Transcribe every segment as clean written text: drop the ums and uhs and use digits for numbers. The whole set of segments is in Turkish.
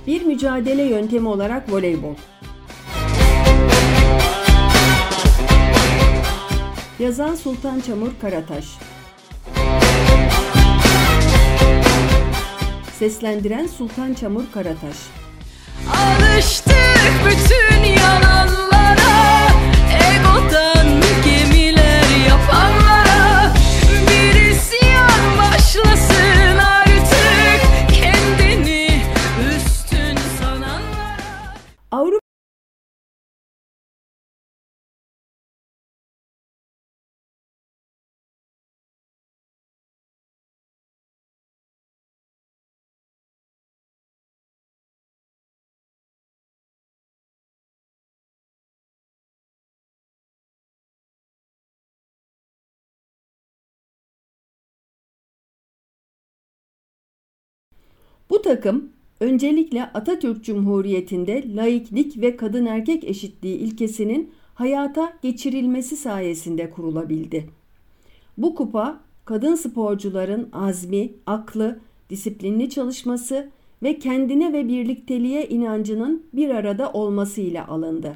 Bir mücadele yöntemi olarak voleybol. Yazan Sultan Çamur Karataş. Seslendiren Sultan Çamur Karataş. Alıştık bütün yalanlara, egodan gemiler yapanlara. Bir isyan başlasın artık, kendini üstün sananlara. Avrupa Bu takım öncelikle Atatürk Cumhuriyeti'nde laiklik ve kadın erkek eşitliği ilkesinin hayata geçirilmesi sayesinde kurulabildi. Bu kupa kadın sporcuların azmi, aklı, disiplinli çalışması ve kendine ve birlikteliğe inancının bir arada olmasıyla alındı.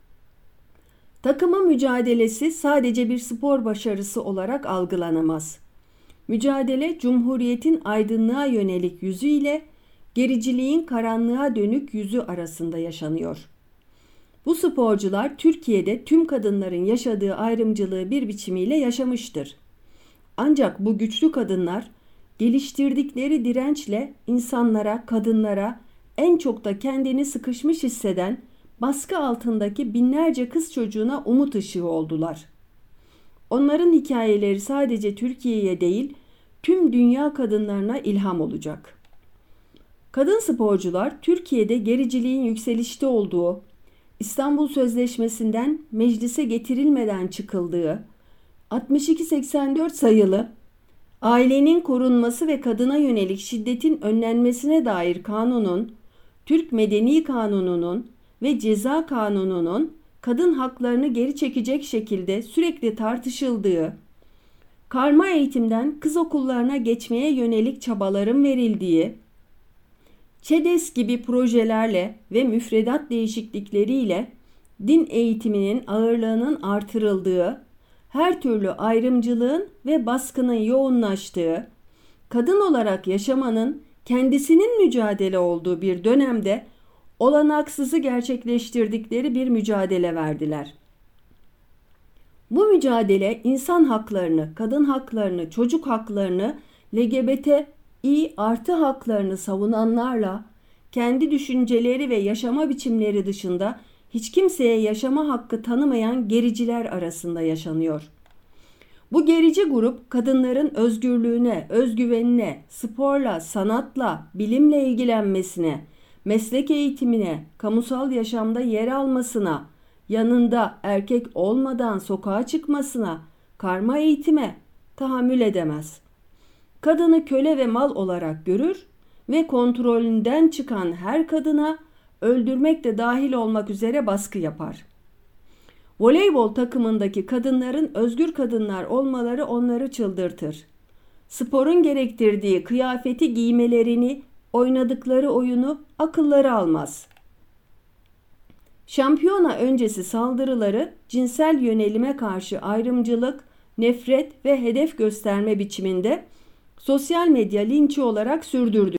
Takımın mücadelesi sadece bir spor başarısı olarak algılanamaz. Mücadele, Cumhuriyet'in aydınlığa yönelik yüzü ile gericiliğin karanlığa dönük yüzü arasında yaşanıyor. Bu sporcular Türkiye'de tüm kadınların yaşadığı ayrımcılığı bir biçimiyle yaşamıştır. Ancak bu güçlü kadınlar geliştirdikleri dirençle insanlara, kadınlara, en çok da kendini sıkışmış hisseden baskı altındaki binlerce kız çocuğuna umut ışığı oldular. Onların hikayeleri sadece Türkiye'ye değil, tüm dünya kadınlarına ilham olacak. Kadın sporcular Türkiye'de gericiliğin yükselişte olduğu, İstanbul Sözleşmesi'nden meclise getirilmeden çıkıldığı, 6284 sayılı ailenin korunması ve kadına yönelik şiddetin önlenmesine dair kanunun, Türk Medeni Kanunu'nun ve Ceza Kanunu'nun kadın haklarını geri çekecek şekilde sürekli tartışıldığı, karma eğitimden kız okullarına geçmeye yönelik çabaların verildiği, ÇEDES gibi projelerle ve müfredat değişiklikleriyle din eğitiminin ağırlığının artırıldığı, her türlü ayrımcılığın ve baskının yoğunlaştığı, kadın olarak yaşamanın kendisinin mücadele olduğu bir dönemde olanaksızı gerçekleştirdikleri bir mücadele verdiler. Bu mücadele insan haklarını, kadın haklarını, çocuk haklarını, LGBTİ artı haklarını savunanlarla kendi düşünceleri ve yaşama biçimleri dışında hiç kimseye yaşama hakkı tanımayan gericiler arasında yaşanıyor. Bu gerici grup kadınların özgürlüğüne, özgüvenine, sporla, sanatla, bilimle ilgilenmesine, meslek eğitimine, kamusal yaşamda yer almasına, yanında erkek olmadan sokağa çıkmasına, karma eğitime tahammül edemez. Kadını köle ve mal olarak görür ve kontrolünden çıkan her kadına öldürmek de dahil olmak üzere baskı yapar. Voleybol takımındaki kadınların özgür kadınlar olmaları onları çıldırtır. Sporun gerektirdiği kıyafeti giymelerini, oynadıkları oyunu akılları almaz. Şampiyona öncesi saldırıları cinsel yönelime karşı ayrımcılık, nefret ve hedef gösterme biçiminde sosyal medya linçi olarak sürdürdü.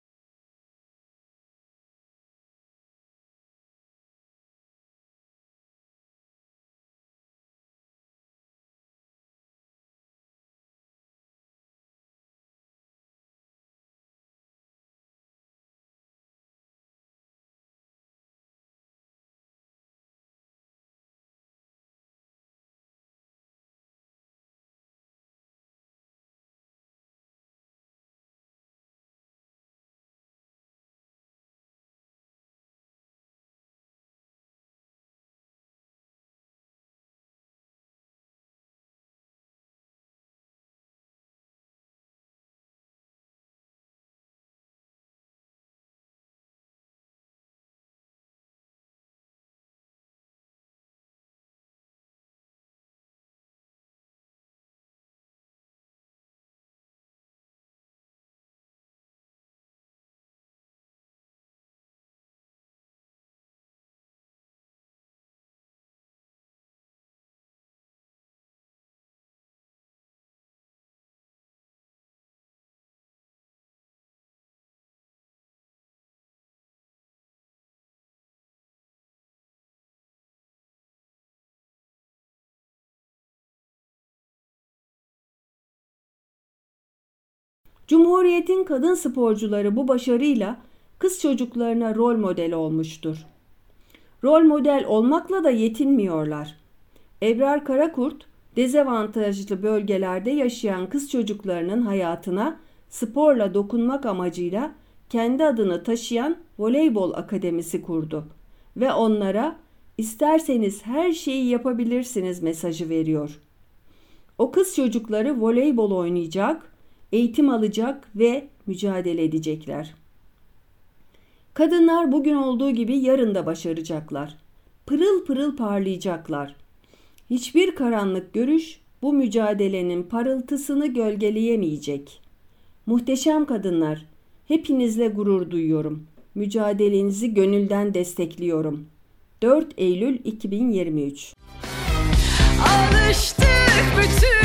Cumhuriyet'in kadın sporcuları bu başarıyla kız çocuklarına rol model olmuştur. Rol model olmakla da yetinmiyorlar. Ebrar Karakurt, dezavantajlı bölgelerde yaşayan kız çocuklarının hayatına sporla dokunmak amacıyla kendi adını taşıyan voleybol akademisi kurdu ve onlara "İsterseniz her şeyi yapabilirsiniz" mesajı veriyor. O kız çocukları voleybol oynayacak, eğitim alacak ve mücadele edecekler. Kadınlar bugün olduğu gibi yarın da başaracaklar. Pırıl pırıl parlayacaklar. Hiçbir karanlık görüş bu mücadelenin parıltısını gölgeleyemeyecek. Muhteşem kadınlar, hepinizle gurur duyuyorum. Mücadelenizi gönülden destekliyorum. 4 Eylül 2023. Alıştık bütün